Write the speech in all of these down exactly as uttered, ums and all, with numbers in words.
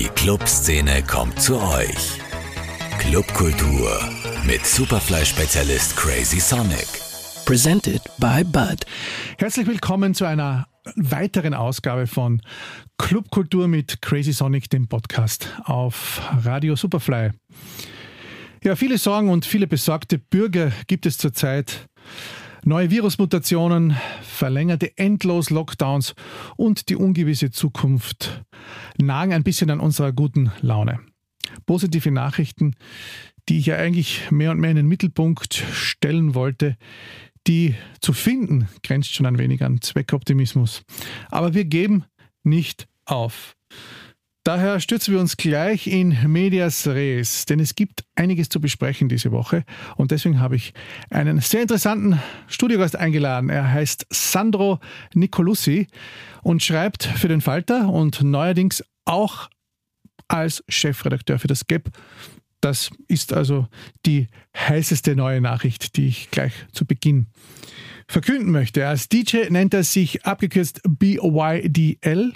Die Clubszene kommt zu euch. Clubkultur mit Superfly-Spezialist Crazy Sonic. Presented by Bud. Herzlich willkommen zu einer weiteren Ausgabe von Clubkultur mit Crazy Sonic, dem Podcast auf Radio Superfly. Ja, viele Sorgen und viele besorgte Bürger gibt es zurzeit. Neue Virusmutationen, verlängerte Endlos-Lockdowns und die ungewisse Zukunft nagen ein bisschen an unserer guten Laune. Positive Nachrichten, die ich ja eigentlich mehr und mehr in den Mittelpunkt stellen wollte, die zu finden, grenzt schon ein wenig an Zweckoptimismus. Aber wir geben nicht auf. Daher stürzen wir uns gleich in medias res, denn es gibt einiges zu besprechen diese Woche und deswegen habe ich einen sehr interessanten Studiogast eingeladen. Er heißt Sandro Nicolussi und schreibt für den Falter und neuerdings auch als Chefredakteur für das Gap. Das ist also die heißeste neue Nachricht, die ich gleich zu Beginn verkünden möchte. Als D J nennt er sich abgekürzt B Y D L.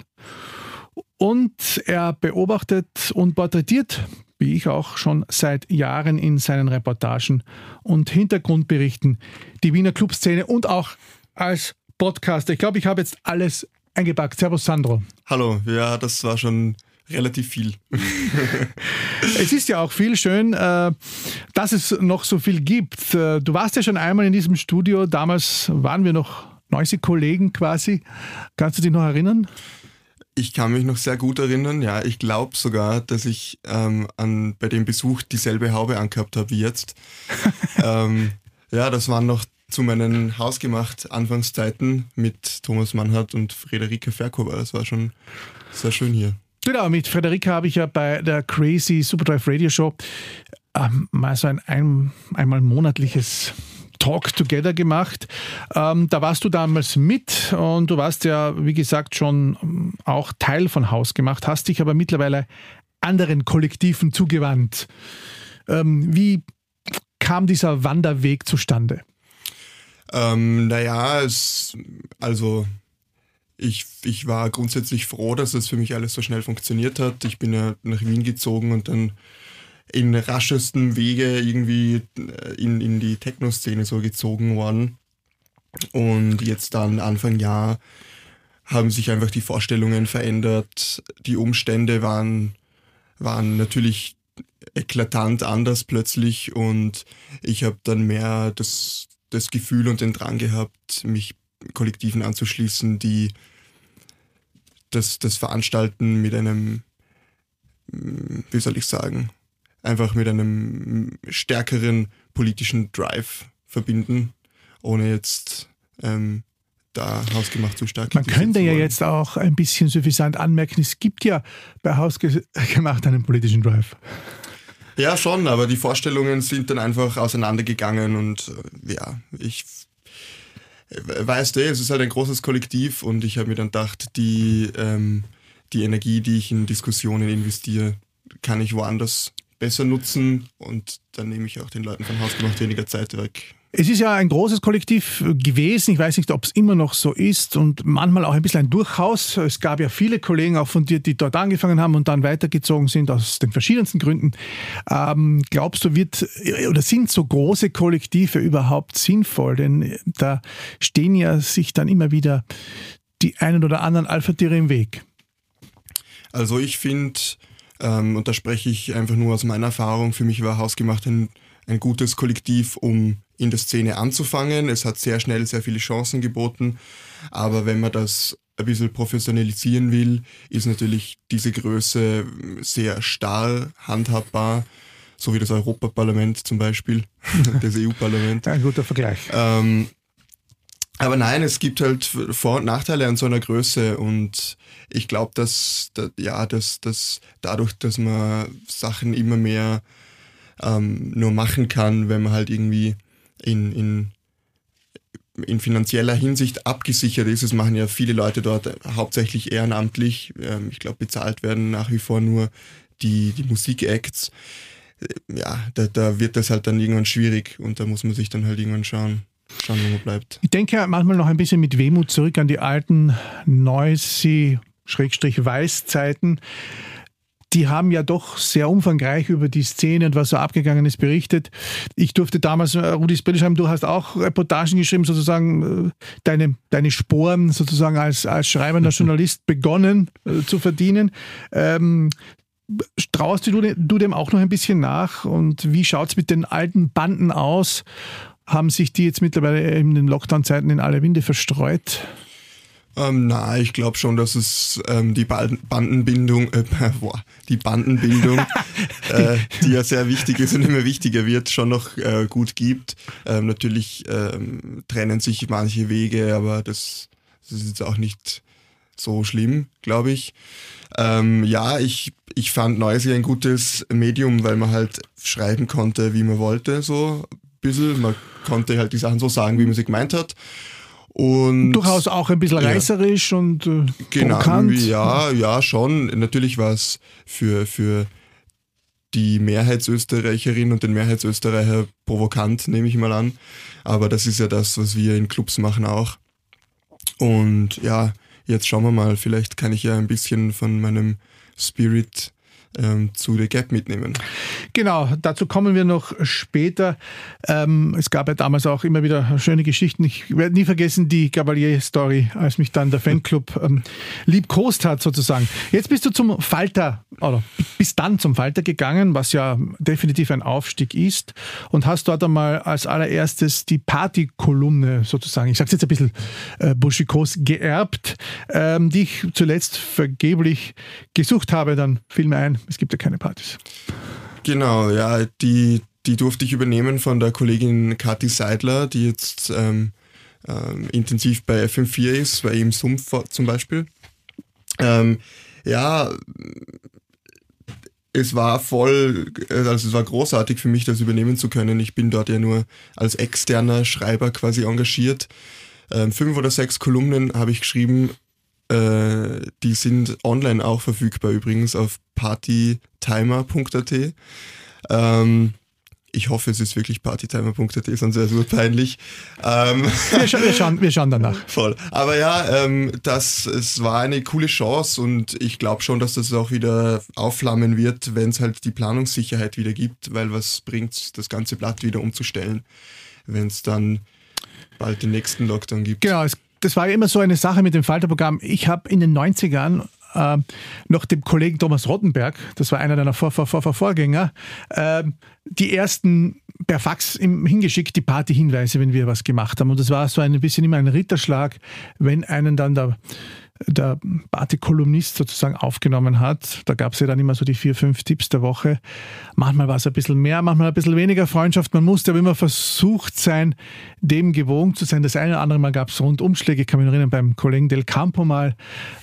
Und er beobachtet und porträtiert, wie ich auch schon seit Jahren in seinen Reportagen und Hintergrundberichten, die Wiener Clubszene und auch als Podcaster. Ich glaube, ich habe jetzt alles eingepackt. Servus Sandro. Hallo, ja, das war schon relativ viel. Es ist ja auch viel schön, dass es noch so viel gibt. Du warst ja schon einmal in diesem Studio, damals waren wir noch neunzig Kollegen quasi. Kannst du dich noch erinnern? Ich kann mich noch sehr gut erinnern, ja. Ich glaube sogar, dass ich ähm, an, bei dem Besuch dieselbe Haube angehabt habe wie jetzt. ähm, ja, das waren noch zu meinen hausgemacht Anfangszeiten mit Thomas Mannhardt und Frederike Verkober. Das war schon sehr schön hier. Genau, mit Frederike habe ich ja bei der Crazy Superdrive Radio Show ähm, mal so ein, ein einmal monatliches Talk Together gemacht. Ähm, da warst du damals mit und du warst ja, wie gesagt, schon auch Teil von Hausgemacht, hast dich aber mittlerweile anderen Kollektiven zugewandt. Ähm, wie kam dieser Wanderweg zustande? Ähm, naja, es, also ich, ich war grundsätzlich froh, dass es für mich alles so schnell funktioniert hat. Ich bin ja nach Wien gezogen und dann in raschestem Wege irgendwie in, in die Techno-Szene so gezogen worden. Und jetzt dann Anfang Jahr haben sich einfach die Vorstellungen verändert. Die Umstände waren, waren natürlich eklatant anders plötzlich und ich habe dann mehr das, das Gefühl und den Drang gehabt, mich Kollektiven anzuschließen, die das, das Veranstalten mit einem, wie soll ich sagen, einfach mit einem stärkeren politischen Drive verbinden, ohne jetzt ähm, da Hausgemacht zu stark. Man könnte ja jetzt auch ein bisschen suffisant anmerken, es gibt ja bei Hausgemacht einen politischen Drive. Ja, schon, aber die Vorstellungen sind dann einfach auseinandergegangen und äh, ja, ich weißt du, es ist halt ein großes Kollektiv und ich habe mir dann gedacht, die, ähm, die Energie, die ich in Diskussionen investiere, kann ich woanders besser nutzen und dann nehme ich auch den Leuten von Hausgemacht weniger Zeit weg. Es ist ja ein großes Kollektiv gewesen. Ich weiß nicht, ob es immer noch so ist und manchmal auch ein bisschen ein Durchhaus. Es gab ja viele Kollegen auch von dir, die dort angefangen haben und dann weitergezogen sind aus den verschiedensten Gründen. Ähm, glaubst du, wird oder sind so große Kollektive überhaupt sinnvoll? Denn da stehen ja sich dann immer wieder die einen oder anderen Alpha-Tiere im Weg. Also ich finde, ähm, und da spreche ich einfach nur aus meiner Erfahrung, für mich war Hausgemacht ein, ein gutes Kollektiv, um in der Szene anzufangen. Es hat sehr schnell sehr viele Chancen geboten, aber wenn man das ein bisschen professionalisieren will, ist natürlich diese Größe sehr starr handhabbar, so wie das Europaparlament zum Beispiel, das E U-Parlament. Ein guter Vergleich. Ähm, aber nein, es gibt halt Vor- und Nachteile an so einer Größe und ich glaube, dass, dass, ja, dass, dass dadurch, dass man Sachen immer mehr ähm, nur machen kann, wenn man halt irgendwie in, in, in finanzieller Hinsicht abgesichert ist. Es machen ja viele Leute dort hauptsächlich ehrenamtlich. Ähm, ich glaube, bezahlt werden nach wie vor nur die, die Musikacts. Ja, da, da wird das halt dann irgendwann schwierig und da muss man sich dann halt irgendwann schauen. Schauen, wo man bleibt. Ich denke manchmal noch ein bisschen mit Wehmut zurück an die alten Noisy-Weiß-Zeiten. die haben ja doch sehr umfangreich über die Szene und was so abgegangen ist berichtet. Ich durfte damals, Rudi Spillisheim, du hast auch Reportagen geschrieben, sozusagen deine, deine Sporen sozusagen als, als schreibender Journalist begonnen äh, zu verdienen. Ähm, traust du, du dem auch noch ein bisschen nach? Und wie schaut es mit den alten Banden aus? Haben sich die jetzt mittlerweile in den Lockdown-Zeiten in alle Winde verstreut? Ähm, na, ich glaube schon, dass es ähm, die Bandenbindung, äh, boah, die Bandenbildung, äh, die ja sehr wichtig ist und immer wichtiger wird, schon noch äh, gut gibt. Ähm, natürlich ähm, trennen sich manche Wege, aber das, das ist jetzt auch nicht so schlimm, glaube ich. Ähm, ja, ich, ich fand Noisy ein gutes Medium, weil man halt schreiben konnte, wie man wollte, so ein bisschen. Man konnte halt die Sachen so sagen, wie man sie gemeint hat. Und durchaus auch ein bisschen reißerisch ja. und äh, genau, provokant. Ja, ja, schon. Natürlich war es für, für die Mehrheitsösterreicherin und den Mehrheitsösterreicher provokant, nehme ich mal an. Aber das ist ja das, was wir in Clubs machen auch. Und ja, jetzt schauen wir mal, vielleicht kann ich ja ein bisschen von meinem Spirit ähm, zu The Gap mitnehmen. Genau, dazu kommen wir noch später. Ähm, es gab ja damals auch immer wieder schöne Geschichten. Ich werde nie vergessen die Gabalier-Story, als mich dann der Fanclub ähm, liebkost hat sozusagen. Jetzt bist du zum Falter, oder bist dann zum Falter gegangen, was ja definitiv ein Aufstieg ist, und hast dort einmal als allererstes die Party-Kolumne sozusagen, ich sage es jetzt ein bisschen äh, buschikos, geerbt, ähm, die ich zuletzt vergeblich gesucht habe. Dann fiel mir ein, es gibt ja keine Partys. Genau, ja, die, die durfte ich übernehmen von der Kollegin Kathi Seidler, die jetzt ähm, ähm, intensiv bei F M vier ist, bei ihm Sumpf zum Beispiel. Ähm, ja, es war voll, also es war großartig für mich, das übernehmen zu können. Ich bin dort ja nur als externer Schreiber quasi engagiert. Ähm, fünf oder sechs Kolumnen habe ich geschrieben. Die sind online auch verfügbar übrigens auf partytimer punkt a t. Ähm, ich hoffe, es ist wirklich partytimer punkt a t, sonst wäre es nur peinlich. Ähm, wir, scha- wir, schauen, wir schauen danach. Voll. Aber ja, ähm, das, es war eine coole Chance und ich glaube schon, dass das auch wieder aufflammen wird, wenn es halt die Planungssicherheit wieder gibt, weil was bringt das ganze Blatt wieder umzustellen, wenn es dann bald den nächsten Lockdown gibt. Genau, es Das war ja immer so eine Sache mit dem Falterprogramm. Ich habe in den neunzigern äh, noch dem Kollegen Thomas Rottenberg, das war einer deiner Vor- Vor- Vor- Vorgänger, äh, die ersten per Fax im, hingeschickt, die Partyhinweise, wenn wir was gemacht haben. Und das war so ein bisschen immer ein Ritterschlag, wenn einen dann der der Party-Kolumnist sozusagen aufgenommen hat. Da gab es ja dann immer so die vier, fünf Tipps der Woche. Manchmal war es ein bisschen mehr, manchmal ein bisschen weniger Freundschaft. Man musste aber immer versucht sein, dem gewogen zu sein. Das eine oder andere Mal gab es Rundumschläge, ich kann mich noch erinnern, beim Kollegen Del Campo mal.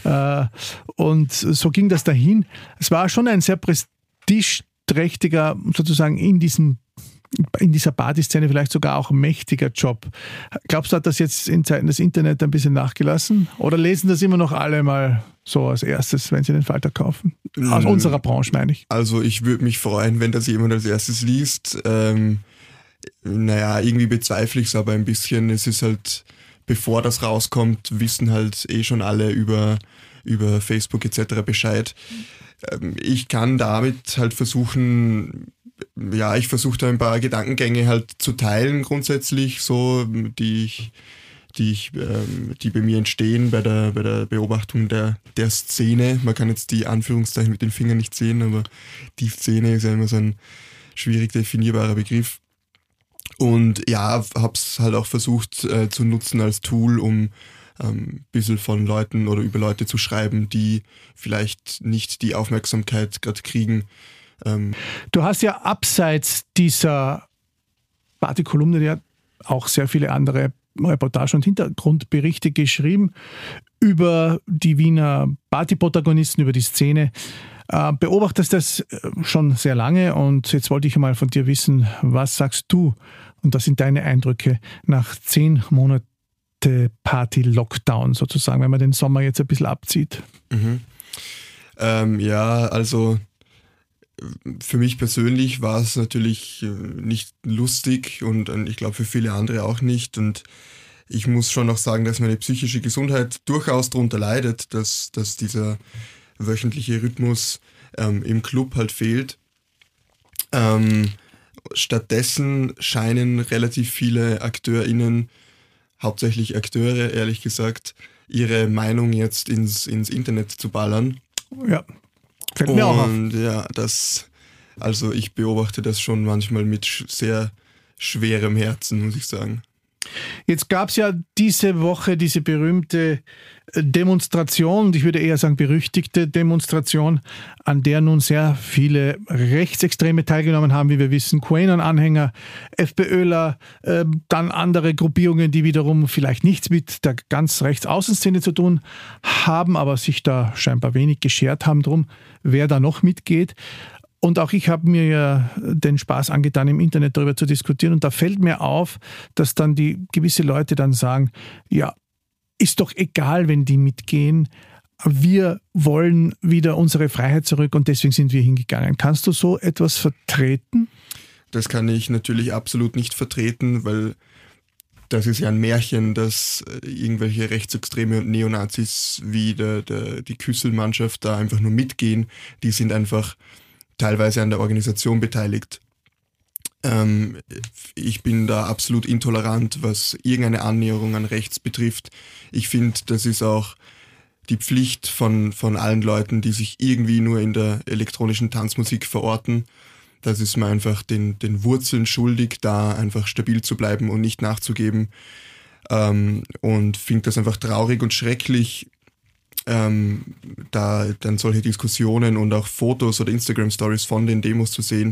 Und so ging das dahin. Es war schon ein sehr prestigeträchtiger, sozusagen in diesem in dieser Partyszene vielleicht sogar auch ein mächtiger Job. Glaubst du, hat das jetzt in Zeiten des Internet ein bisschen nachgelassen? Oder lesen das immer noch alle mal so als erstes, wenn sie den Falter kaufen? Aus ähm, unserer Branche, meine ich. Also ich würde mich freuen, wenn das jemand als erstes liest. Ähm, naja, irgendwie bezweifle ich es aber ein bisschen. Es ist halt, bevor das rauskommt, wissen halt eh schon alle über, über Facebook et cetera Bescheid. Ähm, ich kann damit halt versuchen, ja, ich versuche da ein paar Gedankengänge halt zu teilen grundsätzlich, so, die ich, die ich, ähm, die bei mir entstehen bei der, bei der Beobachtung der, der Szene. Man kann jetzt die Anführungszeichen mit den Fingern nicht sehen, aber die Szene ist ja immer so ein schwierig definierbarer Begriff. Und ja, hab's halt auch versucht äh, zu nutzen als Tool, um ein ähm, bisschen von Leuten oder über Leute zu schreiben, die vielleicht nicht die Aufmerksamkeit gerade kriegen. Du hast ja abseits dieser Party-Kolumne ja auch sehr viele andere Reportagen und Hintergrundberichte geschrieben über die Wiener Party-Protagonisten, über die Szene. Beobachtest das schon sehr lange und jetzt wollte ich mal von dir wissen, was sagst du, und das sind deine Eindrücke nach zehn Monate Party-Lockdown sozusagen, wenn man den Sommer jetzt ein bisschen abzieht? Mhm. Ähm, ja, also für mich persönlich war es natürlich nicht lustig und ich glaube für viele andere auch nicht. Und ich muss schon noch sagen, dass meine psychische Gesundheit durchaus darunter leidet, dass, dass dieser wöchentliche Rhythmus ähm, im Club halt fehlt. Ähm, stattdessen scheinen relativ viele AkteurInnen, hauptsächlich Akteure, ehrlich gesagt, ihre Meinung jetzt ins, ins Internet zu ballern. Ja, fällt mir auch auf. Und ja, das, also ich beobachte das schon manchmal mit sch- sehr schwerem Herzen, muss ich sagen. Jetzt gab es ja diese Woche diese berühmte Demonstration, und ich würde eher sagen berüchtigte Demonstration, an der nun sehr viele Rechtsextreme teilgenommen haben, wie wir wissen, QAnon-Anhänger, FPÖler, äh, dann andere Gruppierungen, die wiederum vielleicht nichts mit der ganz Rechtsaußenszene zu tun haben, aber sich da scheinbar wenig geschert haben drum, wer da noch mitgeht. Und auch ich habe mir ja den Spaß angetan, im Internet darüber zu diskutieren. Und da fällt mir auf, dass dann die gewisse Leute dann sagen, ja, ist doch egal, wenn die mitgehen. Wir wollen wieder unsere Freiheit zurück und deswegen sind wir hingegangen. Kannst du so etwas vertreten? Das kann ich natürlich absolut nicht vertreten, weil das ist ja ein Märchen, dass irgendwelche Rechtsextreme und Neonazis wie der, der, die Küsselmannschaft da einfach nur mitgehen. Die sind einfach teilweise an der Organisation beteiligt. Ähm, ich bin da absolut intolerant, was irgendeine Annäherung an rechts betrifft. Ich finde, das ist auch die Pflicht von, von allen Leuten, die sich irgendwie nur in der elektronischen Tanzmusik verorten. Das ist mir einfach den, den Wurzeln schuldig, da einfach stabil zu bleiben und nicht nachzugeben. Ähm, und finde das einfach traurig und schrecklich, Ähm, da dann solche Diskussionen und auch Fotos oder Instagram-Stories von den Demos zu sehen.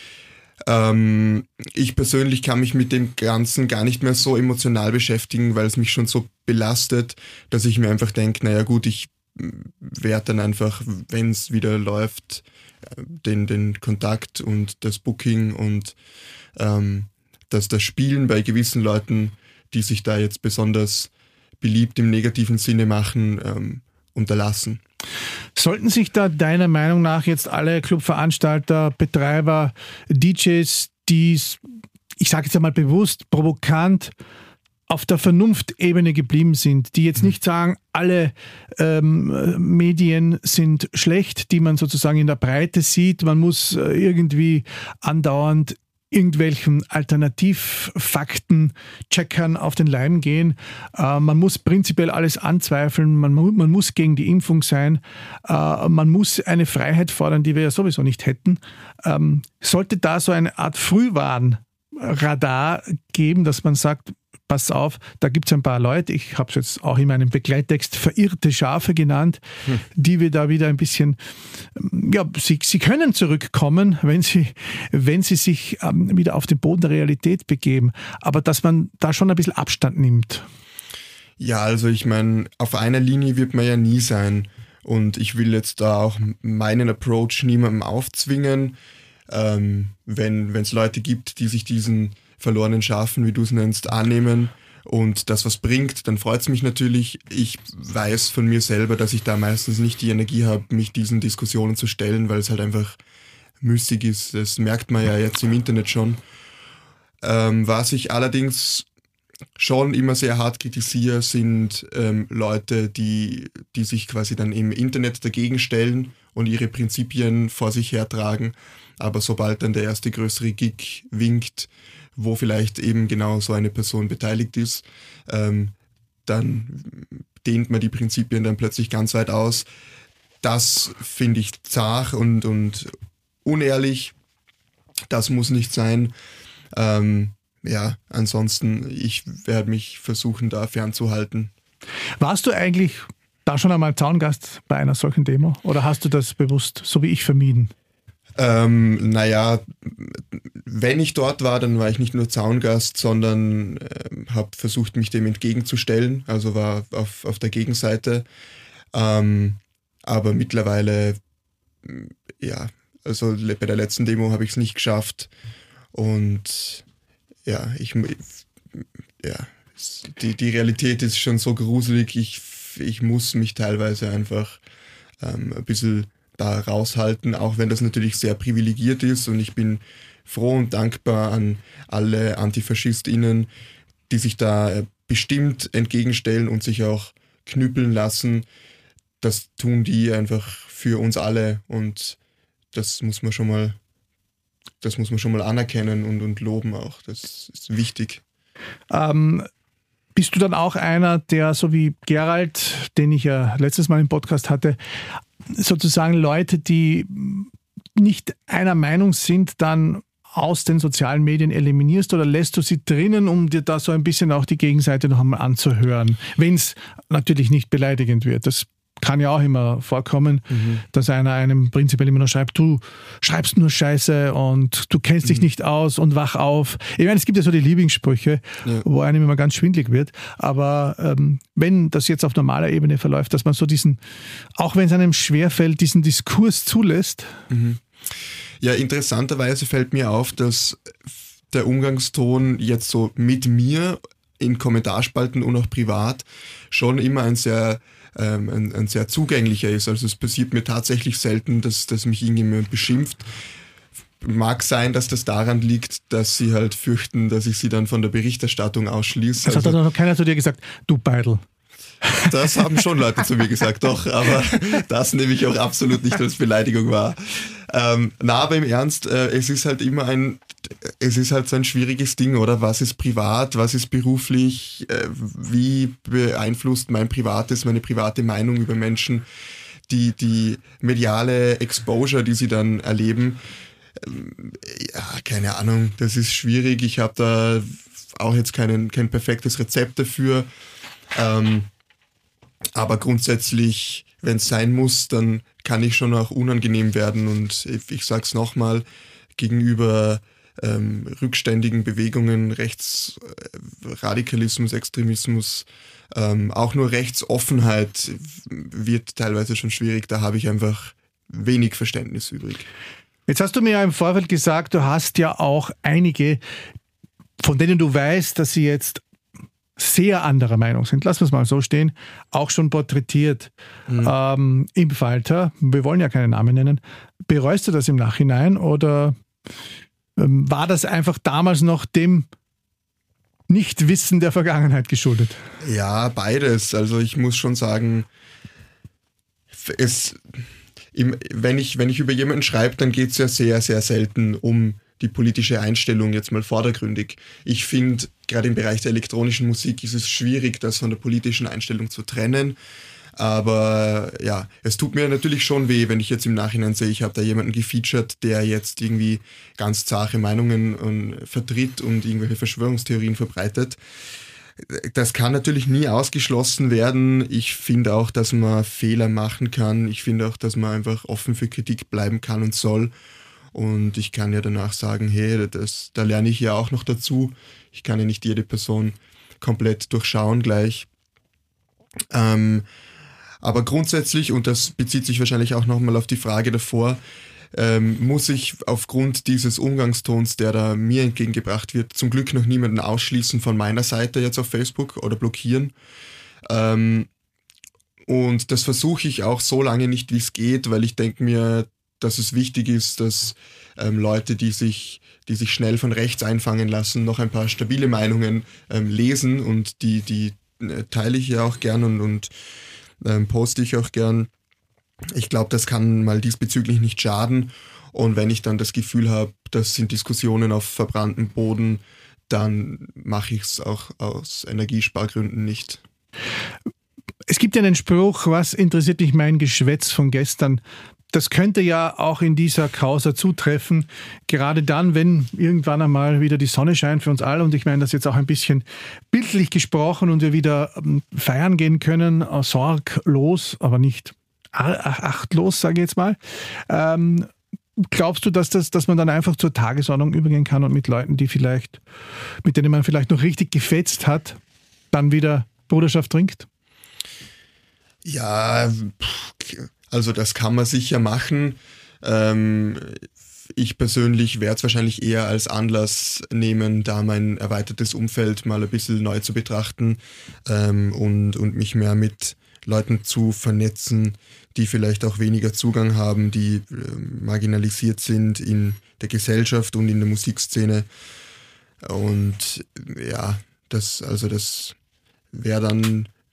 Ähm, ich persönlich kann mich mit dem Ganzen gar nicht mehr so emotional beschäftigen, weil es mich schon so belastet, dass ich mir einfach denke, naja gut, ich werde dann einfach, wenn es wieder läuft, den, den Kontakt und das Booking und ähm, dass das Spielen bei gewissen Leuten, die sich da jetzt besonders beliebt im negativen Sinne machen, ähm, unterlassen. Sollten sich da deiner Meinung nach jetzt alle Clubveranstalter, Betreiber, D Js, die, ich sage jetzt einmal bewusst, provokant auf der Vernunftebene geblieben sind, die jetzt nicht sagen, alle ähm, Medien sind schlecht, die man sozusagen in der Breite sieht, man muss äh, irgendwie andauernd irgendwelchen Alternativfakten, Checkern auf den Leim gehen. Äh, man muss prinzipiell alles anzweifeln, man, man muss gegen die Impfung sein, äh, man muss eine Freiheit fordern, die wir ja sowieso nicht hätten. Ähm, sollte da so eine Art Frühwarnradar geben, dass man sagt, pass auf, da gibt es ein paar Leute, ich habe es jetzt auch in meinem Begleittext verirrte Schafe genannt, hm. die wir da wieder ein bisschen, ja, sie, sie können zurückkommen, wenn sie, wenn sie sich ähm, wieder auf den Boden der Realität begeben, aber dass man da schon ein bisschen Abstand nimmt. Ja, also ich meine, auf einer Linie wird man ja nie sein und ich will jetzt da auch meinen Approach niemandem aufzwingen. Ähm, wenn es Leute gibt, die sich diesen verlorenen Schafen, wie du es nennst, annehmen und das was bringt, dann freut es mich natürlich. Ich weiß von mir selber, dass ich da meistens nicht die Energie habe, mich diesen Diskussionen zu stellen, weil es halt einfach müßig ist. Das merkt man ja jetzt im Internet schon. Ähm, was ich allerdings schon immer sehr hart kritisiere, sind ähm, Leute, die, die sich quasi dann im Internet dagegen stellen und ihre Prinzipien vor sich hertragen. Aber sobald dann der erste größere Gig winkt, wo vielleicht eben genau so eine Person beteiligt ist, ähm, dann dehnt man die Prinzipien dann plötzlich ganz weit aus. Das finde ich zart und, und unehrlich. Das muss nicht sein. Ähm, ja, ansonsten, ich werde mich versuchen, da fernzuhalten. Warst du eigentlich da schon einmal Zaungast bei einer solchen Demo oder hast du das bewusst, so wie ich, vermieden? Ähm, naja, wenn ich dort war, dann war ich nicht nur Zaungast, sondern äh, habe versucht, mich dem entgegenzustellen, also war auf, auf der Gegenseite. Ähm, aber mittlerweile, ja, also bei der letzten Demo habe ich es nicht geschafft und ja, ich, ja, die, die Realität ist schon so gruselig, ich, ich muss mich teilweise einfach ähm, ein bisschen da raushalten, auch wenn das natürlich sehr privilegiert ist und ich bin froh und dankbar an alle AntifaschistInnen, die sich da bestimmt entgegenstellen und sich auch knüppeln lassen. Das tun die einfach für uns alle und das muss man schon mal, das muss man schon mal anerkennen und, und loben auch. Das ist wichtig. Ähm, bist du dann auch einer, der, so wie Gerald, den ich ja letztes Mal im Podcast hatte, sozusagen Leute, die nicht einer Meinung sind, dann aus den sozialen Medien eliminierst oder lässt du sie drinnen, um dir da so ein bisschen auch die Gegenseite noch einmal anzuhören? Wenn es natürlich nicht beleidigend wird. Das kann ja auch immer vorkommen, mhm. dass einer einem prinzipiell immer nur schreibt, du schreibst nur Scheiße und du kennst dich mhm. nicht aus und wach auf. Ich meine, es gibt ja so die Lieblingssprüche, ja. wo einem immer ganz schwindlig wird, aber ähm, wenn das jetzt auf normaler Ebene verläuft, dass man so diesen, auch wenn es einem schwerfällt, diesen Diskurs zulässt. Mhm. Ja, interessanterweise fällt mir auf, dass der Umgangston jetzt so mit mir in Kommentarspalten und auch privat schon immer ein sehr Ähm, ein, ein sehr zugänglicher ist. Also es passiert mir tatsächlich selten, dass, dass mich irgendjemand beschimpft. Mag sein, dass das daran liegt, dass sie halt fürchten, dass ich sie dann von der Berichterstattung ausschließe. Das also, hat dann noch keiner zu dir gesagt, du Beidl. Das haben schon Leute zu mir gesagt, doch, aber das nehme ich auch absolut nicht als Beleidigung wahr. Ähm, na, aber im Ernst, äh, es ist halt immer ein, es ist halt so ein schwieriges Ding, oder? Was ist privat, was ist beruflich, äh, wie beeinflusst mein Privates, meine private Meinung über Menschen, die, die mediale Exposure, die sie dann erleben. Ähm, ja, keine Ahnung, das ist schwierig. Ich habe da auch jetzt keinen, kein perfektes Rezept dafür. Ähm, aber grundsätzlich, wenn es sein muss, dann kann ich schon auch unangenehm werden und ich, ich sage es nochmal, gegenüber ähm, rückständigen Bewegungen, Rechtsradikalismus, Extremismus, ähm, auch nur Rechtsoffenheit wird teilweise schon schwierig, da habe ich einfach wenig Verständnis übrig. Jetzt hast du mir ja im Vorfeld gesagt, du hast ja auch einige, von denen du weißt, dass sie jetzt sehr anderer Meinung sind, lassen wir es mal so stehen, auch schon porträtiert mhm. ähm, im Falter. Wir wollen ja keine Namen nennen. Bereust du das im Nachhinein oder ähm, war das einfach damals noch dem Nichtwissen der Vergangenheit geschuldet? Ja, beides. Also ich muss schon sagen, es, im, wenn, ich, wenn ich über jemanden schreibe, dann geht es ja sehr, sehr selten um die politische Einstellung jetzt mal vordergründig. Ich finde, gerade im Bereich der elektronischen Musik ist es schwierig, das von der politischen Einstellung zu trennen. Aber ja, es tut mir natürlich schon weh, wenn ich jetzt im Nachhinein sehe, ich habe da jemanden gefeatured, der jetzt irgendwie ganz zahre Meinungen und, vertritt und irgendwelche Verschwörungstheorien verbreitet. Das kann natürlich nie ausgeschlossen werden. Ich finde auch, dass man Fehler machen kann. Ich finde auch, dass man einfach offen für Kritik bleiben kann und soll. Und ich kann ja danach sagen, hey, das, da lerne ich ja auch noch dazu. Ich kann ja nicht jede Person komplett durchschauen gleich. Ähm, aber grundsätzlich, und das bezieht sich wahrscheinlich auch nochmal auf die Frage davor, ähm, muss ich aufgrund dieses Umgangstons, der da mir entgegengebracht wird, zum Glück noch niemanden ausschließen von meiner Seite jetzt auf Facebook oder blockieren. Ähm, und das versuche ich auch so lange nicht, wie es geht, weil ich denke mir, dass es wichtig ist, dass ähm, Leute, die sich, die sich schnell von rechts einfangen lassen, noch ein paar stabile Meinungen ähm, lesen und die, die äh, teile ich ja auch gern und, und ähm, poste ich auch gern. Ich glaube, das kann mal diesbezüglich nicht schaden und wenn ich dann das Gefühl habe, das sind Diskussionen auf verbranntem Boden, dann mache ich es auch aus Energiespargründen nicht. Es gibt ja einen Spruch, was interessiert dich mein Geschwätz von gestern? Das könnte ja auch in dieser Causa zutreffen, gerade dann, wenn irgendwann einmal wieder die Sonne scheint für uns alle und ich meine das jetzt auch ein bisschen bildlich gesprochen und wir wieder feiern gehen können, sorglos, aber nicht achtlos, sage ich jetzt mal. Ähm, glaubst du, dass, das, dass man dann einfach zur Tagesordnung übergehen kann und mit Leuten, die vielleicht, mit denen man vielleicht noch richtig gefetzt hat, dann wieder Bruderschaft trinkt? Ja, also das kann man sicher machen. Ähm, ich persönlich werde es wahrscheinlich eher als Anlass nehmen, da mein erweitertes Umfeld mal ein bisschen neu zu betrachten ähm, und, und mich mehr mit Leuten zu vernetzen, die vielleicht auch weniger Zugang haben, die äh, marginalisiert sind in der Gesellschaft und in der Musikszene. Und ja, das, also das wäre dann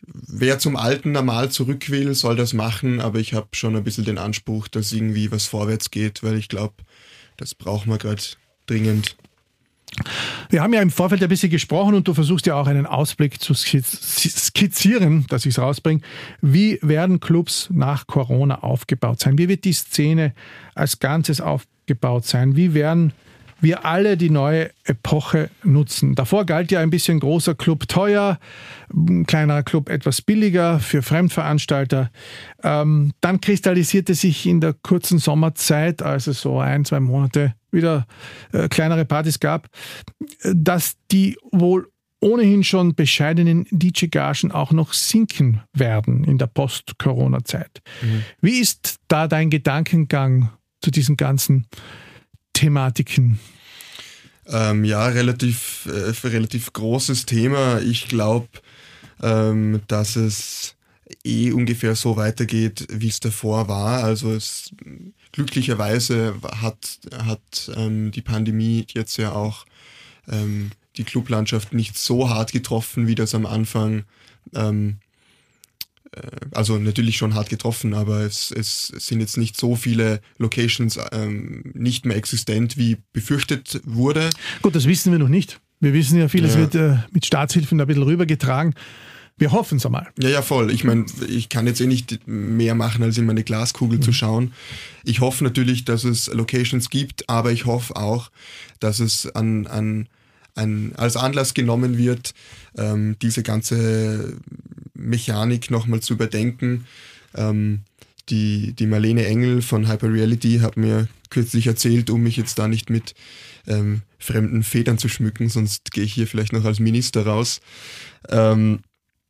wer zum alten Normal zurück will, soll das machen, aber ich habe schon ein bisschen den Anspruch, dass irgendwie was vorwärts geht, weil ich glaube, das brauchen wir gerade dringend. Wir haben ja im Vorfeld ein bisschen gesprochen und du versuchst ja auch einen Ausblick zu skizzieren, dass ich es rausbringe. Wie werden Clubs nach Corona aufgebaut sein? Wie wird die Szene als Ganzes aufgebaut sein? Wie werden wir alle die neue Epoche nutzen? Davor galt ja ein bisschen großer Club teuer, ein kleinerer Club etwas billiger für Fremdveranstalter. Ähm, dann kristallisierte sich in der kurzen Sommerzeit, also so ein, zwei Monate, wieder äh, kleinere Partys gab, dass die wohl ohnehin schon bescheidenen D J-Gagen auch noch sinken werden in der Post-Corona-Zeit. Mhm. Wie ist da dein Gedankengang zu diesen ganzen Thematiken? Ähm, ja, relativ, äh, relativ großes Thema. Ich glaube, ähm, dass es eh ungefähr so weitergeht, wie es davor war. Also es glücklicherweise hat, hat ähm, die Pandemie jetzt ja auch ähm, die Clublandschaft nicht so hart getroffen, wie das am Anfang, ähm, äh, also natürlich schon hart getroffen, aber es, es sind jetzt nicht so viele Locations ähm, nicht mehr existent, wie befürchtet wurde. Gut, das wissen wir noch nicht. Wir wissen ja, vieles ja. wird äh, mit Staatshilfen ein bisschen rübergetragen. Wir hoffen es einmal. Ja, ja, voll. Ich meine, ich kann jetzt eh nicht mehr machen, als in meine Glaskugel mhm. zu schauen. Ich hoffe natürlich, dass es Locations gibt, aber ich hoffe auch, dass es an, an, an, als Anlass genommen wird, ähm, diese ganze Mechanik nochmal zu überdenken. Ähm, die, die Marlene Engel von Hyperreality hat mir kürzlich erzählt, um mich jetzt da nicht mit ähm, fremden Federn zu schmücken, sonst gehe ich hier vielleicht noch als Minister raus. Ähm,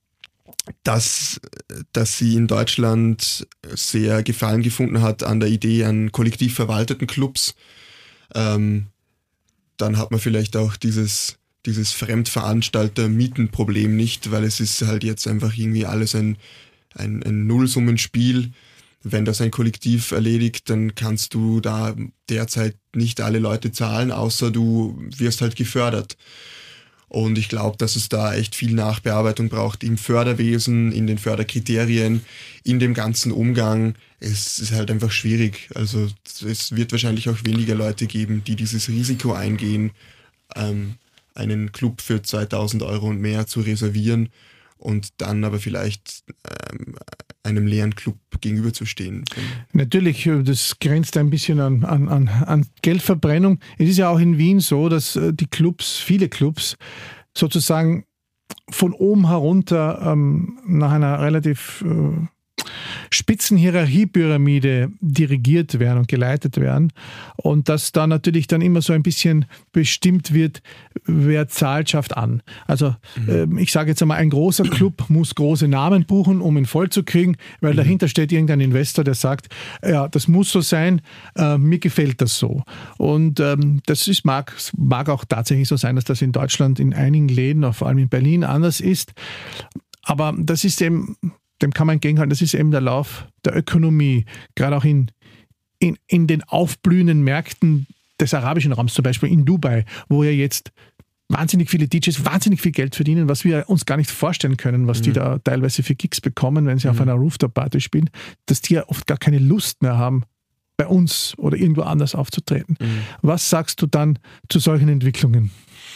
Dass, dass sie in Deutschland sehr Gefallen gefunden hat an der Idee an kollektiv verwalteten Clubs. Ähm, dann hat man vielleicht auch dieses, dieses Fremdveranstalter-Mietenproblem nicht, weil es ist halt jetzt einfach irgendwie alles ein, ein, ein Nullsummenspiel. Wenn das ein Kollektiv erledigt, dann kannst du da derzeit nicht alle Leute zahlen, außer du wirst halt gefördert. Und ich glaube, dass es da echt viel Nachbearbeitung braucht im Förderwesen, in den Förderkriterien, in dem ganzen Umgang. Es ist halt einfach schwierig. Also es wird wahrscheinlich auch weniger Leute geben, die dieses Risiko eingehen, ähm, einen Club für zweitausend Euro und mehr zu reservieren und dann aber vielleicht ähm, einem leeren Club gegenüberzustehen. Natürlich, das grenzt ein bisschen an, an, an, an Geldverbrennung. Es ist ja auch in Wien so, dass die Clubs, viele Clubs, sozusagen von oben herunter ähm, nach einer relativ äh, spitzen Hierarchiepyramide dirigiert werden und geleitet werden und dass da natürlich dann immer so ein bisschen bestimmt wird, wer zahlt, schafft an. Also mhm. äh, ich sage jetzt einmal, ein großer Club muss große Namen buchen, um ihn voll zu kriegen, weil mhm. dahinter steht irgendein Investor, der sagt, ja, das muss so sein, äh, mir gefällt das so. Und ähm, das ist, mag, mag auch tatsächlich so sein, dass das in Deutschland in einigen Läden, vor allem in Berlin, anders ist. Aber das ist eben, dem kann man entgegenhalten, das ist eben der Lauf der Ökonomie, gerade auch in, in, in den aufblühenden Märkten des arabischen Raums, zum Beispiel in Dubai, wo ja jetzt wahnsinnig viele D Js wahnsinnig viel Geld verdienen, was wir uns gar nicht vorstellen können, was mhm. die da teilweise für Gigs bekommen, wenn sie mhm. auf einer Rooftop-Party spielen, dass die ja oft gar keine Lust mehr haben, bei uns oder irgendwo anders aufzutreten. Mhm. Was sagst du dann zu solchen Entwicklungen?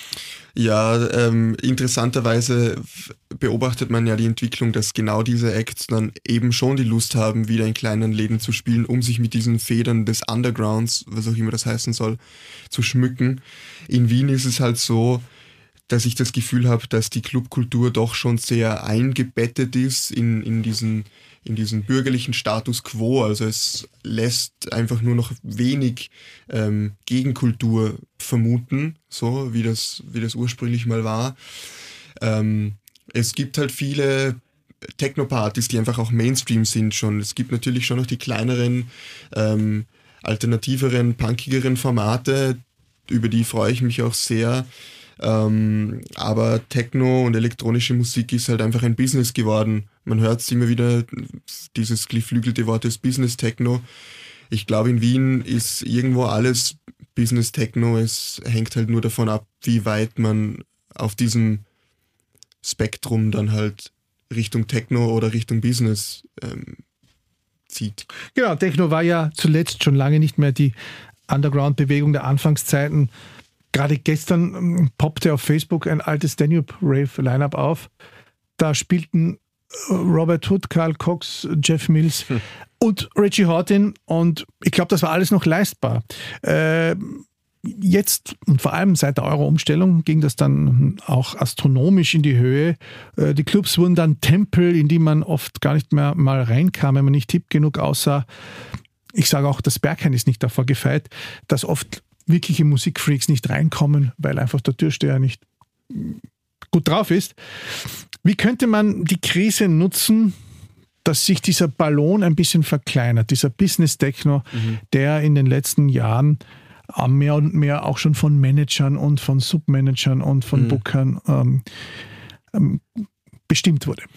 Ja, ähm, interessanterweise beobachtet man ja die Entwicklung, dass genau diese Acts dann eben schon die Lust haben, wieder in kleinen Läden zu spielen, um sich mit diesen Federn des Undergrounds, was auch immer das heißen soll, zu schmücken. In Wien ist es halt so, dass ich das Gefühl habe, dass die Clubkultur doch schon sehr eingebettet ist in, in diesen in diesen bürgerlichen Status quo. Also es lässt einfach nur noch wenig ähm, Gegenkultur vermuten, so wie das, wie das ursprünglich mal war. Ähm, es gibt halt viele Techno-Partys, die einfach auch Mainstream sind schon. Es gibt natürlich schon noch die kleineren, ähm, alternativeren, punkigeren Formate, über die freue ich mich auch sehr. Ähm, aber Techno und elektronische Musik ist halt einfach ein Business geworden. Man hört es immer wieder, dieses geflügelte Wort des Business-Techno. Ich glaube, in Wien ist irgendwo alles Business-Techno. Es hängt halt nur davon ab, wie weit man auf diesem Spektrum dann halt Richtung Techno oder Richtung Business ähm, zieht. Genau, Techno war ja zuletzt schon lange nicht mehr die Underground-Bewegung der Anfangszeiten. Gerade gestern ähm, poppte auf Facebook ein altes Danube-Rave-Line-Up auf. Da spielten Robert Hood, Carl Cox, Jeff Mills hm. und Reggie Horton, und ich glaube, das war alles noch leistbar. Äh, jetzt und vor allem seit der Euro-Umstellung ging das dann auch astronomisch in die Höhe. Äh, die Clubs wurden dann Tempel, in die man oft gar nicht mehr mal reinkam, wenn man nicht hip genug aussah. Ich sage auch, das Berghain ist nicht davor gefeit, dass oft wirkliche Musikfreaks nicht reinkommen, weil einfach der Türsteher nicht gut drauf ist. Wie könnte man die Krise nutzen, dass sich dieser Ballon ein bisschen verkleinert, dieser Business-Techno, mhm. der in den letzten Jahren mehr und mehr auch schon von Managern und von Submanagern und von mhm. Bookern ähm, ähm, bestimmt wurde?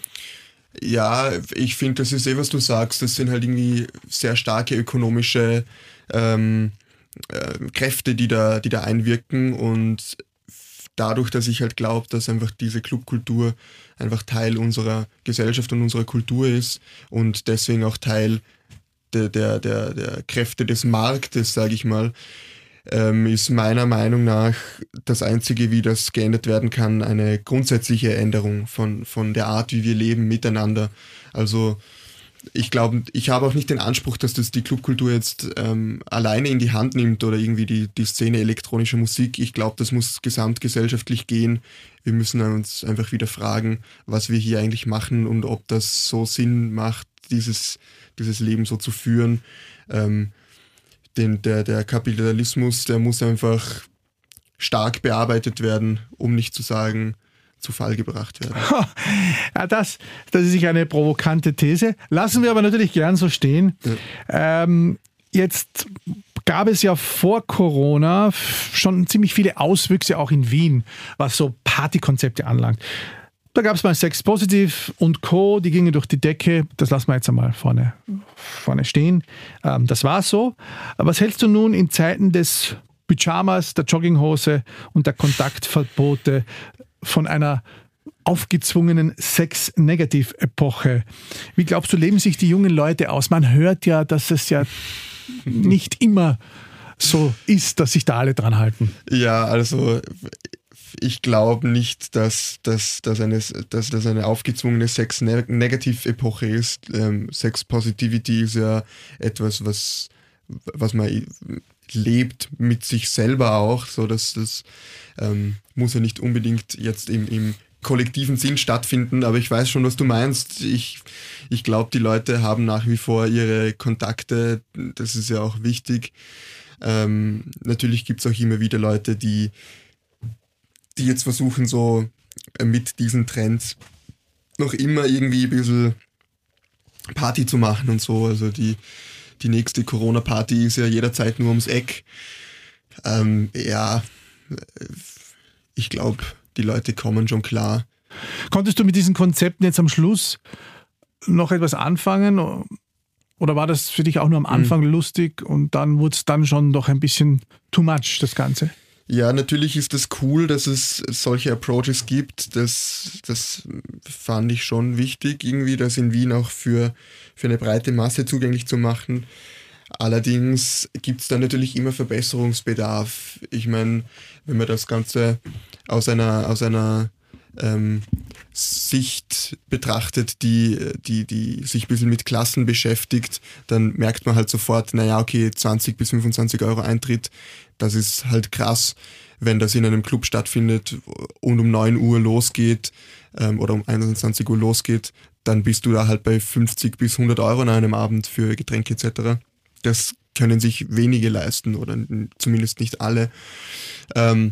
Ja, ich finde, das ist eh, was du sagst. Das sind halt irgendwie sehr starke ökonomische ähm, äh, Kräfte, die da, die da einwirken, und dadurch, dass ich halt glaube, dass einfach diese Clubkultur einfach Teil unserer Gesellschaft und unserer Kultur ist und deswegen auch Teil der, der, der, der Kräfte des Marktes, sage ich mal, ähm, ist meiner Meinung nach das Einzige, wie das geändert werden kann, eine grundsätzliche Änderung von, von der Art, wie wir leben miteinander. Also ich glaube, ich habe auch nicht den Anspruch, dass das die Clubkultur jetzt ähm, alleine in die Hand nimmt oder irgendwie die, die Szene elektronischer Musik. Ich glaube, das muss gesamtgesellschaftlich gehen. Wir müssen uns einfach wieder fragen, was wir hier eigentlich machen und ob das so Sinn macht, dieses, dieses Leben so zu führen. Ähm, den, der, der Kapitalismus, der muss einfach stark bearbeitet werden, um nicht zu sagen, zu Fall gebracht werden. Ja, das, das ist sicher eine provokante These. Lassen wir aber natürlich gern so stehen. Ja. Ähm, jetzt gab es ja vor Corona schon ziemlich viele Auswüchse auch in Wien, was so Partykonzepte anlangt. Da gab es mal Sex Positive und Co., die gingen durch die Decke. Das lassen wir jetzt einmal vorne, vorne stehen. Ähm, das war so. Aber was hältst du nun in Zeiten des Pyjamas, der Jogginghose und der Kontaktverbote von einer aufgezwungenen Sex-Negativ-Epoche? Wie glaubst du, leben sich die jungen Leute aus? Man hört ja, dass es ja nicht immer so ist, dass sich da alle dran halten. Ja, also ich glaube nicht, dass, dass, dass, eine, dass das eine aufgezwungene Sex-Negativ-Epoche ist. Ähm, Sex-Positivity ist ja etwas, was, was man lebt mit sich selber auch, so dass das ähm, muss ja nicht unbedingt jetzt im, im kollektiven Sinn stattfinden, aber ich weiß schon, was du meinst. Ich, ich glaube, die Leute haben nach wie vor ihre Kontakte, das ist ja auch wichtig. Ähm, natürlich gibt es auch immer wieder Leute, die, die jetzt versuchen, so mit diesen Trends noch immer irgendwie ein bisschen Party zu machen und so. Also die Die nächste Corona-Party ist ja jederzeit nur ums Eck. Ähm, ja, ich glaube, die Leute kommen schon klar. Konntest du mit diesen Konzepten jetzt am Schluss noch etwas anfangen? Oder war das für dich auch nur am Anfang mhm. lustig und dann wurde es dann schon doch ein bisschen too much, das Ganze? Ja, natürlich ist es cool, dass es solche Approaches gibt. Das, das fand ich schon wichtig, irgendwie das in Wien auch für, für eine breite Masse zugänglich zu machen. Allerdings gibt es da natürlich immer Verbesserungsbedarf. Ich meine, wenn man das Ganze aus einer, aus einer ähm, Sicht betrachtet, die, die, die sich ein bisschen mit Klassen beschäftigt, dann merkt man halt sofort, naja, okay, zwanzig bis fünfundzwanzig Euro Eintritt, das ist halt krass, wenn das in einem Club stattfindet und um neun Uhr losgeht ähm, oder um einundzwanzig Uhr losgeht, dann bist du da halt bei fünfzig bis hundert Euro an einem Abend für Getränke et cetera. Das können sich wenige leisten oder zumindest nicht alle. Ähm,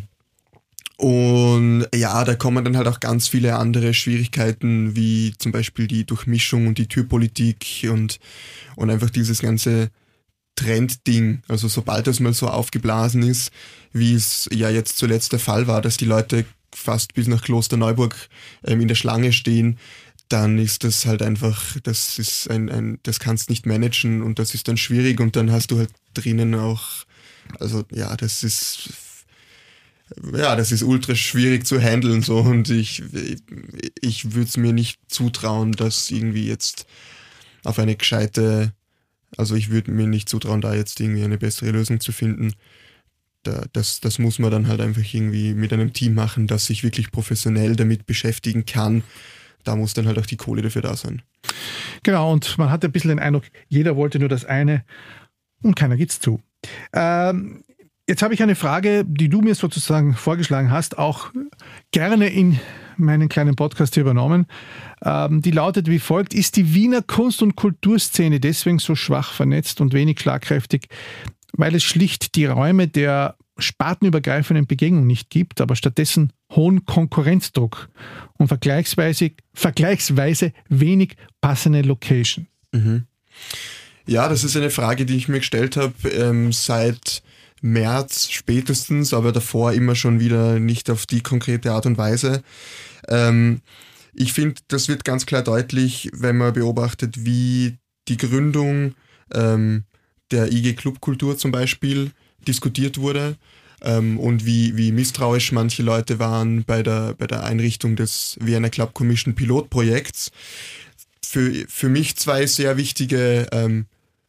und ja, da kommen dann halt auch ganz viele andere Schwierigkeiten, wie zum Beispiel die Durchmischung und die Türpolitik und, und einfach dieses ganze Trendding. Also sobald das mal so aufgeblasen ist, wie es ja jetzt zuletzt der Fall war, dass die Leute fast bis nach Klosterneuburg ähm, in der Schlange stehen, dann ist das halt einfach, das ist ein, ein das kannst nicht managen und das ist dann schwierig und dann hast du halt drinnen auch, also ja, das ist ja, das ist ultra schwierig zu handeln so und ich, ich würde es mir nicht zutrauen, dass irgendwie jetzt auf eine gescheite, also ich würde mir nicht zutrauen, da jetzt irgendwie eine bessere Lösung zu finden. Da, das, das muss man dann halt einfach irgendwie mit einem Team machen, das sich wirklich professionell damit beschäftigen kann. Da muss dann halt auch die Kohle dafür da sein. Genau, und man hat ein bisschen den Eindruck, jeder wollte nur das eine und keiner geht's zu. Ähm, jetzt habe ich eine Frage, die du mir sozusagen vorgeschlagen hast, auch gerne in meinen kleinen Podcast hier übernommen. Ähm, die lautet wie folgt: Ist die Wiener Kunst- und Kulturszene deswegen so schwach vernetzt und wenig schlagkräftig, weil es schlicht die Räume der spartenübergreifenden Begegnung nicht gibt, aber stattdessen hohen Konkurrenzdruck und vergleichsweise, vergleichsweise wenig passende Location? Mhm. Ja, das ist eine Frage, die ich mir gestellt habe ähm, seit März spätestens, aber davor immer schon wieder nicht auf die konkrete Art und Weise. Ähm, ich finde, das wird ganz klar deutlich, wenn man beobachtet, wie die Gründung ähm, der I G Clubkultur zum Beispiel diskutiert wurde ähm, und wie, wie misstrauisch manche Leute waren bei der, bei der Einrichtung des Vienna Club Commission Pilotprojekts. Für, für mich zwei sehr wichtige ähm,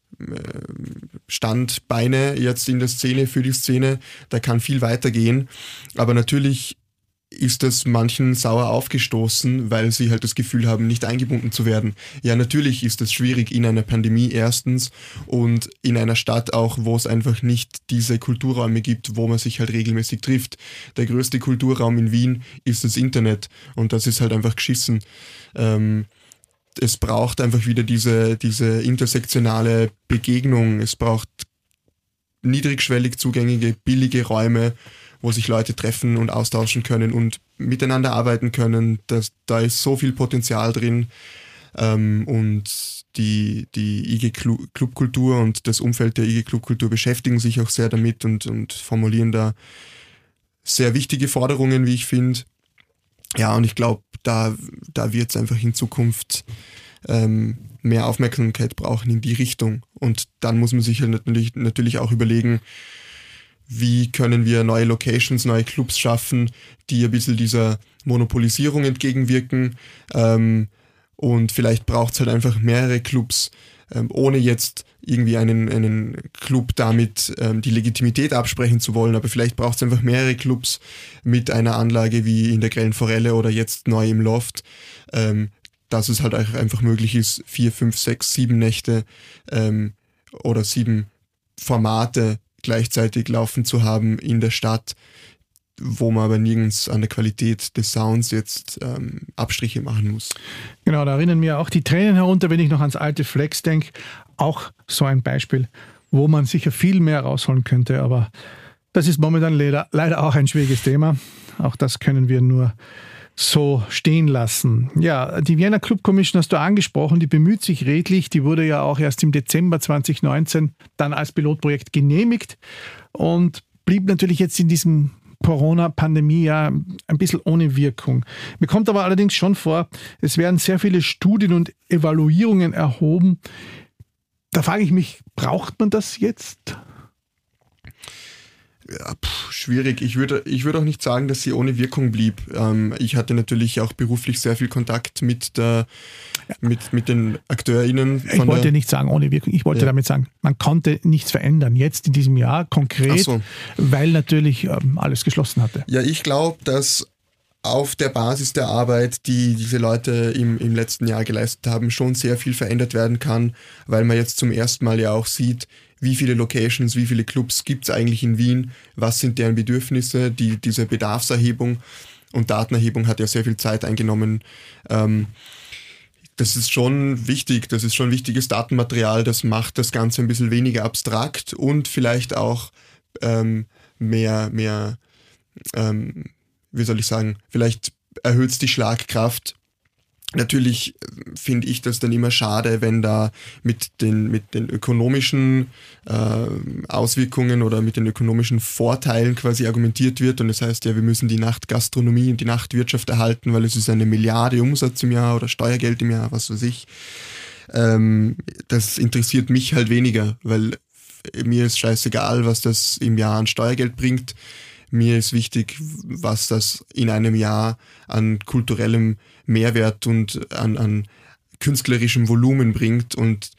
Standbeine jetzt in der Szene, für die Szene. Da kann viel weitergehen, aber natürlich ist das manchen sauer aufgestoßen, weil sie halt das Gefühl haben, nicht eingebunden zu werden. Ja, natürlich ist das schwierig in einer Pandemie erstens und in einer Stadt auch, wo es einfach nicht diese Kulturräume gibt, wo man sich halt regelmäßig trifft. Der größte Kulturraum in Wien ist das Internet und das ist halt einfach geschissen. Ähm, es braucht einfach wieder diese, diese intersektionale Begegnung. Es braucht niedrigschwellig zugängliche, billige Räume, wo sich Leute treffen und austauschen können und miteinander arbeiten können. Das, da ist so viel Potenzial drin. Ähm, und die, die I G Clubkultur und das Umfeld der I G Clubkultur beschäftigen sich auch sehr damit und, und formulieren da sehr wichtige Forderungen, wie ich finde. Ja, und ich glaube, da, da wird es einfach in Zukunft ähm, mehr Aufmerksamkeit brauchen in die Richtung. Und dann muss man sich halt natürlich, natürlich auch überlegen, wie können wir neue Locations, neue Clubs schaffen, die ein bisschen dieser Monopolisierung entgegenwirken. Ähm, und vielleicht braucht es halt einfach mehrere Clubs, ähm, ohne jetzt irgendwie einen, einen Club damit ähm, die Legitimität absprechen zu wollen. Aber vielleicht braucht es einfach mehrere Clubs mit einer Anlage wie in der Grellen Forelle oder jetzt neu im Loft, ähm, dass es halt einfach möglich ist, vier, fünf, sechs, sieben Nächte ähm, oder sieben Formate gleichzeitig laufen zu haben in der Stadt, wo man aber nirgends an der Qualität des Sounds jetzt ähm, Abstriche machen muss. Genau, da erinnern mir auch die Tränen herunter, wenn ich noch ans alte Flex denke. Auch so ein Beispiel, wo man sicher viel mehr rausholen könnte, aber das ist momentan leider, leider auch ein schwieriges Thema. Auch das können wir nur so stehen lassen. Ja, die Vienna Club Commission hast du angesprochen, die bemüht sich redlich, die wurde ja auch erst im Dezember zwanzig neunzehn dann als Pilotprojekt genehmigt und blieb natürlich jetzt in diesem Corona-Pandemie ja ein bisschen ohne Wirkung. Mir kommt aber allerdings schon vor, es werden sehr viele Studien und Evaluierungen erhoben. Da frage ich mich, braucht man das jetzt? Ja, pff, schwierig. Ich würde ich würde auch nicht sagen, dass sie ohne Wirkung blieb. Ähm, ich hatte natürlich auch beruflich sehr viel Kontakt mit der mit, mit den AkteurInnen. Ich wollte der, nicht sagen ohne Wirkung. Ich wollte ja. damit sagen, man konnte nichts verändern. Jetzt in diesem Jahr konkret, so. weil natürlich ähm, alles geschlossen hatte. Ja, ich glaube, dass auf der Basis der Arbeit, die diese Leute im, im letzten Jahr geleistet haben, schon sehr viel verändert werden kann, weil man jetzt zum ersten Mal ja auch sieht, wie viele Locations, wie viele Clubs gibt es eigentlich in Wien, was sind deren Bedürfnisse, die, diese Bedarfserhebung und Datenerhebung hat ja sehr viel Zeit eingenommen. Ähm, das ist schon wichtig, das ist schon wichtiges Datenmaterial, das macht das Ganze ein bisschen weniger abstrakt und vielleicht auch ähm, mehr, mehr ähm, wie soll ich sagen, vielleicht erhöht es die Schlagkraft. Natürlich finde ich das dann immer schade, wenn da mit den, mit den ökonomischen äh, Auswirkungen oder mit den ökonomischen Vorteilen quasi argumentiert wird und das heißt ja, wir müssen die Nachtgastronomie und die Nachtwirtschaft erhalten, weil es ist eine Milliarde Umsatz im Jahr oder Steuergeld im Jahr, was weiß ich. Ähm, das interessiert mich halt weniger, weil mir ist scheißegal, was das im Jahr an Steuergeld bringt. mir ist wichtig, was das in einem Jahr an kulturellem Mehrwert und an, an künstlerischem Volumen bringt, und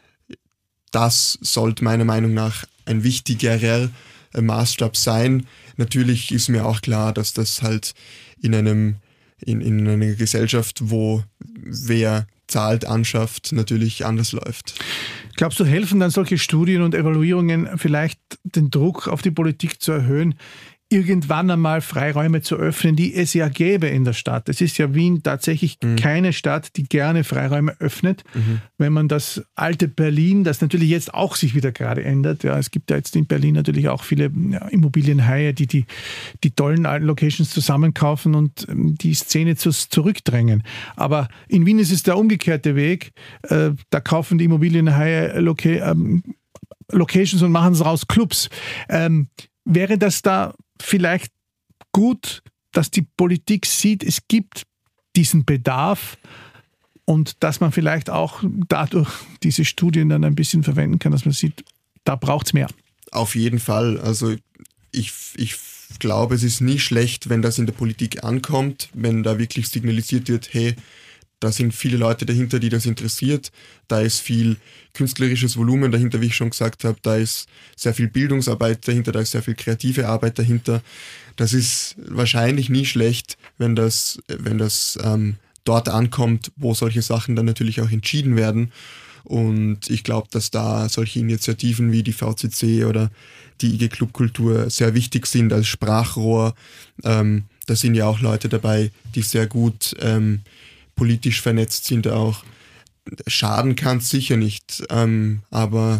das sollte meiner Meinung nach ein wichtigerer Maßstab sein. Natürlich ist mir auch klar, dass das halt in einem in, in einer Gesellschaft, wo wer zahlt, anschafft, natürlich anders läuft. Glaubst du, helfen dann solche Studien und Evaluierungen vielleicht den Druck auf die Politik zu erhöhen, irgendwann einmal Freiräume zu öffnen, die es ja gäbe in der Stadt? Es ist ja Wien tatsächlich mhm. keine Stadt, die gerne Freiräume öffnet. Mhm. Wenn man das alte Berlin, das natürlich jetzt auch sich wieder gerade ändert, ja, es gibt ja jetzt in Berlin natürlich auch viele ja, Immobilienhaie, die, die die tollen alten Locations zusammenkaufen und ähm, die Szene zu, zurückdrängen. Aber in Wien ist es der umgekehrte Weg. Äh, da kaufen die Immobilienhaie Loca- ähm, Locations und machen daraus Clubs. Ähm, wäre das da vielleicht gut, dass die Politik sieht, es gibt diesen Bedarf und dass man vielleicht auch dadurch diese Studien dann ein bisschen verwenden kann, dass man sieht, da braucht es mehr? Auf jeden Fall. Also ich, ich glaube, es ist nie schlecht, wenn das in der Politik ankommt, wenn da wirklich signalisiert wird, hey, da sind viele Leute dahinter, die das interessiert. Da ist viel künstlerisches Volumen dahinter, wie ich schon gesagt habe. Da ist sehr viel Bildungsarbeit dahinter, da ist sehr viel kreative Arbeit dahinter. Das ist wahrscheinlich nie schlecht, wenn das, wenn das ähm, dort ankommt, wo solche Sachen dann natürlich auch entschieden werden. Und ich glaube, dass da solche Initiativen wie die V C C oder die I G Clubkultur sehr wichtig sind als Sprachrohr. Ähm, da sind ja auch Leute dabei, die sehr gut ähm, politisch vernetzt sind auch. Schaden kann es sicher nicht, ähm, aber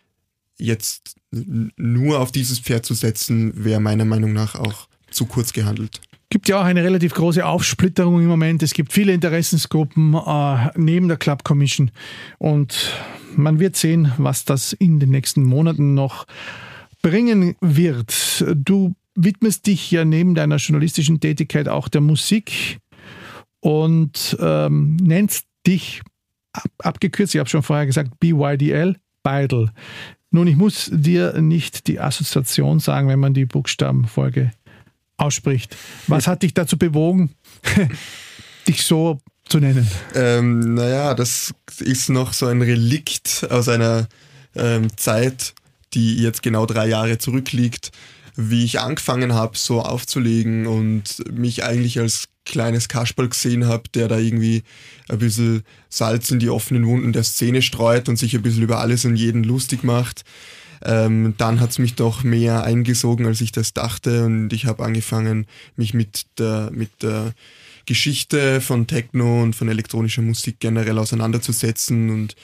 jetzt n- nur auf dieses Pferd zu setzen, wäre meiner Meinung nach auch zu kurz gehandelt. Es gibt ja auch eine relativ große Aufsplitterung im Moment. Es gibt viele Interessensgruppen äh, neben der Club Commission und man wird sehen, was das in den nächsten Monaten noch bringen wird. Du widmest dich ja neben deiner journalistischen Tätigkeit auch der Musik und ähm, nennst dich ab, abgekürzt, ich habe schon vorher gesagt, B Y D L, Beidl. Nun, ich muss dir nicht die Assoziation sagen, wenn man die Buchstabenfolge ausspricht. Was hat dich dazu bewogen, dich so zu nennen? Ähm, naja, das ist noch so ein Relikt aus einer ähm, Zeit, die jetzt genau drei Jahre zurückliegt, wie ich angefangen habe, so aufzulegen und mich eigentlich als kleines Kasperl gesehen habe, der da irgendwie ein bisschen Salz in die offenen Wunden der Szene streut und sich ein bisschen über alles und jeden lustig macht. Ähm, dann hat es mich doch mehr eingesogen, als ich das dachte, und ich habe angefangen, mich mit der, mit der Geschichte von Techno und von elektronischer Musik generell auseinanderzusetzen, und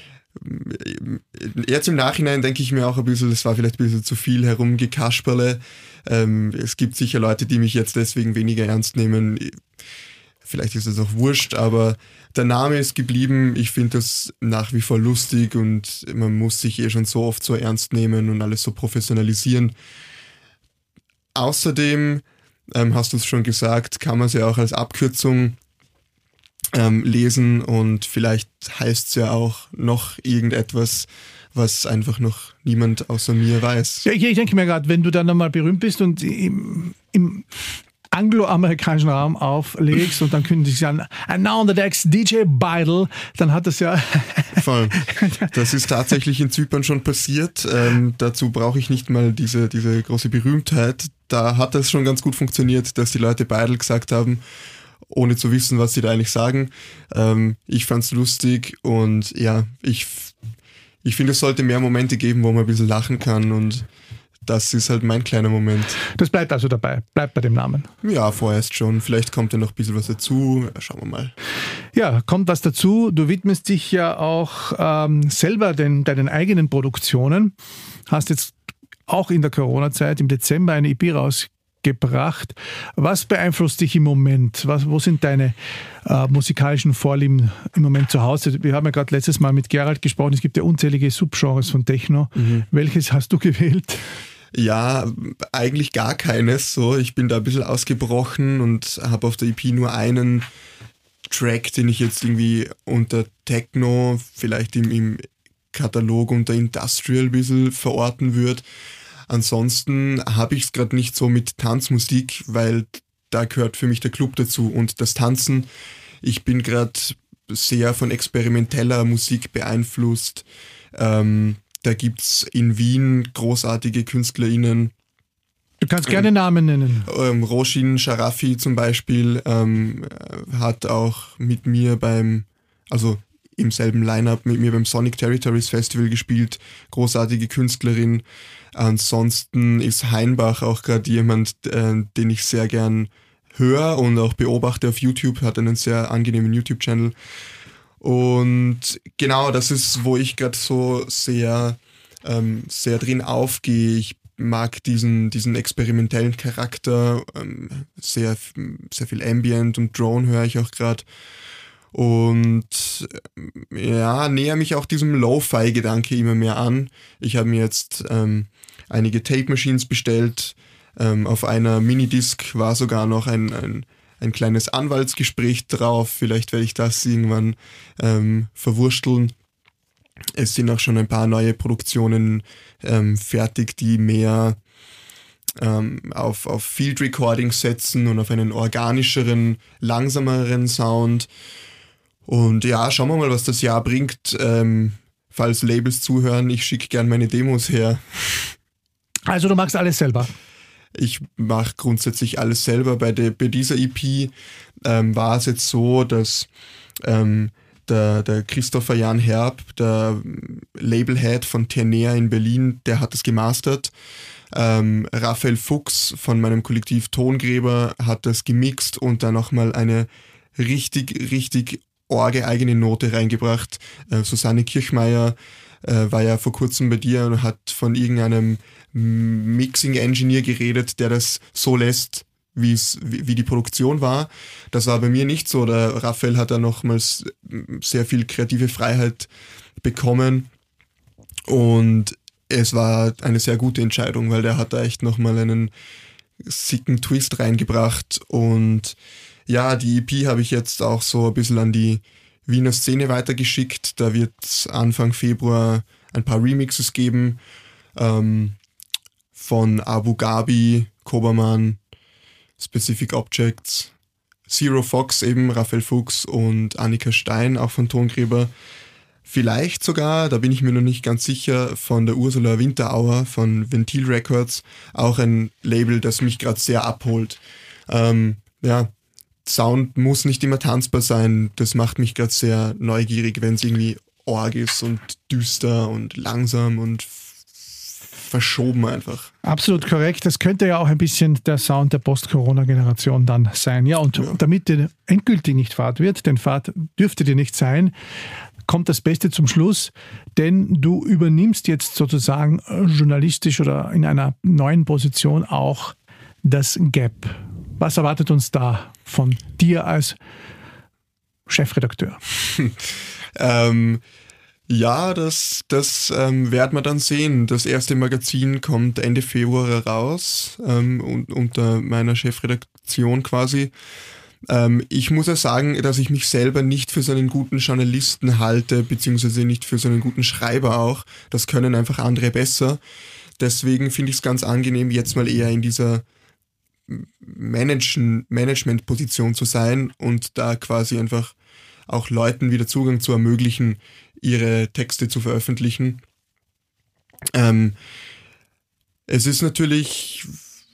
jetzt im Nachhinein denke ich mir auch ein bisschen, es war vielleicht ein bisschen zu viel herumgekasperle. Ähm, es gibt sicher Leute, die mich jetzt deswegen weniger ernst nehmen. Vielleicht ist es auch wurscht, aber der Name ist geblieben. Ich finde das nach wie vor lustig und man muss sich eh schon so oft so ernst nehmen und alles so professionalisieren. Außerdem, ähm, hast du es schon gesagt, kann man es ja auch als Abkürzung ähm, lesen, und vielleicht heißt es ja auch noch irgendetwas, was einfach noch niemand außer mir weiß. Ja, ich, ich denke mir gerade, wenn du dann einmal berühmt bist und im, im angloamerikanischen Raum auflegst und dann kündigt sich an, and now on the decks D J Beidl, dann hat das ja... Voll. Das ist tatsächlich in Zypern schon passiert. Ähm, dazu brauche ich nicht mal diese, diese große Berühmtheit. Da hat das schon ganz gut funktioniert, dass die Leute Beidl gesagt haben, ohne zu wissen, was sie da eigentlich sagen. Ähm, ich fand's lustig, und ja, ich, ich finde, es sollte mehr Momente geben, wo man ein bisschen lachen kann, und das ist halt mein kleiner Moment. Das bleibt also dabei, bleibt bei dem Namen. Ja, vorerst schon. Vielleicht kommt ja noch ein bisschen was dazu. Schauen wir mal. Ja, kommt was dazu. Du widmest dich ja auch ähm, selber den, deinen eigenen Produktionen. Hast jetzt auch in der Corona-Zeit im Dezember eine E P rausgebracht. Was beeinflusst dich im Moment? Was, wo sind deine äh, musikalischen Vorlieben im Moment zu Hause? Wir haben ja gerade letztes Mal mit Gerald gesprochen. Es gibt ja unzählige Subgenres von Techno. Mhm. Welches hast du gewählt? Ja, eigentlich gar keines. So, ich bin da ein bisschen ausgebrochen und habe auf der E P nur einen Track, den ich jetzt irgendwie unter Techno, vielleicht im, im Katalog unter Industrial ein bisschen verorten würde. Ansonsten habe ich es gerade nicht so mit Tanzmusik, weil da gehört für mich der Club dazu und das Tanzen. Ich bin gerade sehr von experimenteller Musik beeinflusst. Ähm, da gibt es in Wien großartige KünstlerInnen. Du kannst gerne ähm, Namen nennen. Ähm, Roshin Sharafi zum Beispiel ähm, hat auch mit mir beim, also im selben Line-Up mit mir beim Sonic Territories Festival gespielt. Großartige Künstlerin. Ansonsten ist Heinbach auch gerade jemand, äh, den ich sehr gern höre und auch beobachte auf YouTube, hat einen sehr angenehmen YouTube-Channel. Und genau, das ist, wo ich gerade so sehr, ähm, sehr drin aufgehe. Ich mag diesen, diesen experimentellen Charakter, ähm, sehr, sehr viel Ambient und Drone höre ich auch gerade. Und ja, näher mich auch diesem Lo-Fi-Gedanke immer mehr an. Ich habe mir jetzt ähm, einige Tape-Machines bestellt. Ähm, auf einer Minidisc war sogar noch ein, ein, ein kleines Anwaltsgespräch drauf. Vielleicht werde ich das irgendwann ähm, verwursteln. Es sind auch schon ein paar neue Produktionen ähm, fertig, die mehr ähm, auf, auf Field Recording setzen und auf einen organischeren, langsameren Sound. Und ja, schauen wir mal, was das Jahr bringt. Ähm, falls Labels zuhören, ich schicke gern meine Demos her. Also du machst alles selber? Ich mache grundsätzlich alles selber. Bei, der, bei dieser E P ähm, war es jetzt so, dass ähm, der, der Christopher Jan Herb, der Labelhead von Ternea in Berlin, der hat es gemastert. Ähm, Raphael Fuchs von meinem Kollektiv Tongräber hat das gemixt und dann nochmal eine richtig, richtig orge-eigene Note reingebracht. Äh, Susanne Kirchmeier äh, war ja vor kurzem bei dir und hat von irgendeinem Mixing-Engineer geredet, der das so lässt, wie es, wie, wie die Produktion war. Das war bei mir nicht so. Der Raphael hat da nochmals sehr viel kreative Freiheit bekommen und es war eine sehr gute Entscheidung, weil der hat da echt nochmal einen sicken Twist reingebracht und ja, die E P habe ich jetzt auch so ein bisschen an die Wiener Szene weitergeschickt. Da wird es Anfang Februar ein paar Remixes geben. Ähm, von Abu Gabi, Kobermann, Specific Objects, Zero Fox eben, Raphael Fuchs und Annika Stein, auch von Tongräber. Vielleicht sogar, da bin ich mir noch nicht ganz sicher, von der Ursula Winterauer von Ventil Records, auch ein Label, das mich gerade sehr abholt. Ähm, ja, Sound muss nicht immer tanzbar sein, das macht mich gerade sehr neugierig, wenn es irgendwie org ist und düster und langsam und verschoben einfach. Absolut korrekt. Das könnte ja auch ein bisschen der Sound der Post-Corona-Generation dann sein. Ja, und ja. damit dir endgültig nicht Fahrt wird, denn Fahrt dürfte dir nicht sein, kommt das Beste zum Schluss, denn du übernimmst jetzt sozusagen journalistisch oder in einer neuen Position auch das Gap. Was erwartet uns da von dir als Chefredakteur? ähm, ja, das, das ähm, werden wir dann sehen. Das erste Magazin kommt Ende Februar raus, ähm, und, unter meiner Chefredaktion quasi. Ähm, ich muss ja sagen, dass ich mich selber nicht für so einen guten Journalisten halte, beziehungsweise nicht für so einen guten Schreiber auch. Das können einfach andere besser. Deswegen finde ich es ganz angenehm, jetzt mal eher in dieser Managen, Management-Position zu sein und da quasi einfach auch Leuten wieder Zugang zu ermöglichen, ihre Texte zu veröffentlichen. Ähm, es ist natürlich,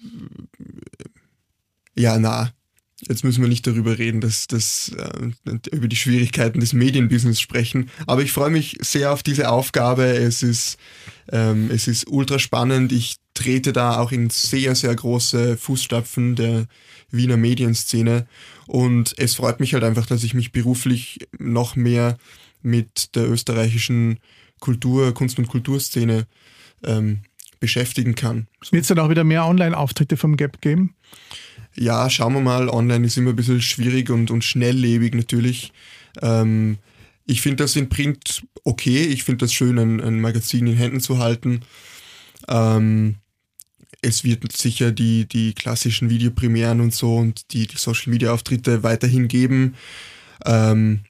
ja, na, jetzt müssen wir nicht darüber reden, dass, dass äh, über die Schwierigkeiten des Medienbusiness sprechen, aber ich freue mich sehr auf diese Aufgabe. Es ist, ähm, es ist ultra spannend. Ich trete da auch in sehr, sehr große Fußstapfen der Wiener Medienszene und es freut mich halt einfach, dass ich mich beruflich noch mehr mit der österreichischen Kultur, Kunst- und Kulturszene ähm, beschäftigen kann. Wird es dann auch wieder mehr Online-Auftritte vom Gap geben? Ja, schauen wir mal. Online ist immer ein bisschen schwierig und, und schnelllebig natürlich. Ähm, ich finde das in Print okay. Ich finde das schön, ein, ein Magazin in Händen zu halten. Ähm, es wird sicher die, die klassischen Videopremieren und so und die, die Social-Media-Auftritte weiterhin geben. Ähm,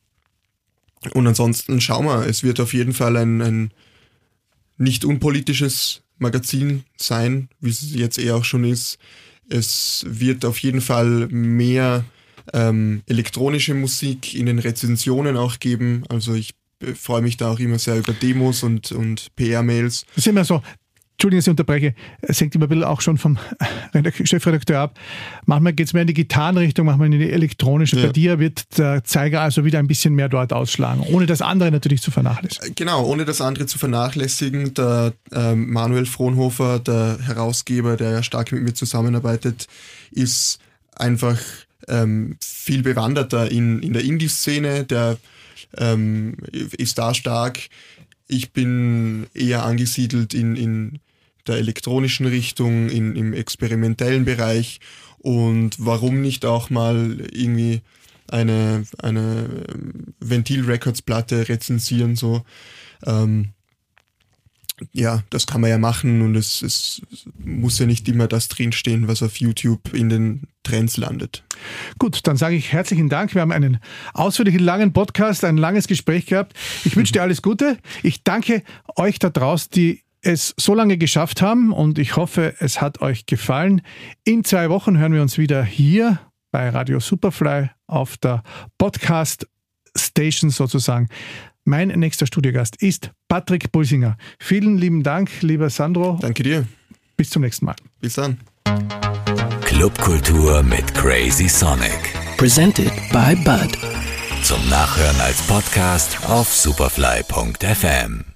und ansonsten schauen wir. Es wird auf jeden Fall ein, ein nicht unpolitisches Magazin sein, wie es jetzt eher auch schon ist. Es wird auf jeden Fall mehr ähm, elektronische Musik in den Rezensionen auch geben. Also ich äh, freue mich da auch immer sehr über Demos und, und P R-Mails. Das ist immer so. Entschuldigung, dass ich unterbreche, es hängt immer ein bisschen auch schon vom Chefredakteur ab. Manchmal geht es mehr in die Gitarrenrichtung, manchmal in die elektronische. Ja. Bei dir wird der Zeiger also wieder ein bisschen mehr dort ausschlagen, ohne das andere natürlich zu vernachlässigen. Genau, ohne das andere zu vernachlässigen. Der ähm, Manuel Fronhofer, der Herausgeber, der ja stark mit mir zusammenarbeitet, ist einfach ähm, viel bewanderter in, in der Indie-Szene, der ähm, ist da stark. Ich bin eher angesiedelt in, in der elektronischen Richtung, in, im experimentellen Bereich, und warum nicht auch mal irgendwie eine, eine Ventil Records Platte rezensieren, so. Ähm, ja, das kann man ja machen, und es, es muss ja nicht immer das drinstehen, was auf YouTube in den Trends landet. Gut, dann sage ich herzlichen Dank. Wir haben einen ausführlichen, langen Podcast, ein langes Gespräch gehabt. Ich wünsche dir alles Gute. Ich danke euch da draußen, die es so lange geschafft haben, und ich hoffe, es hat euch gefallen. In zwei Wochen hören wir uns wieder hier bei Radio Superfly auf der Podcast Station sozusagen. Mein nächster Studiogast ist Patrick Pulsinger. Vielen lieben Dank, lieber Sandro. Danke dir. Bis zum nächsten Mal. Bis dann. Clubkultur mit Crazy Sonic. Presented by Bud. Zum Nachhören als Podcast auf superfly punkt f m.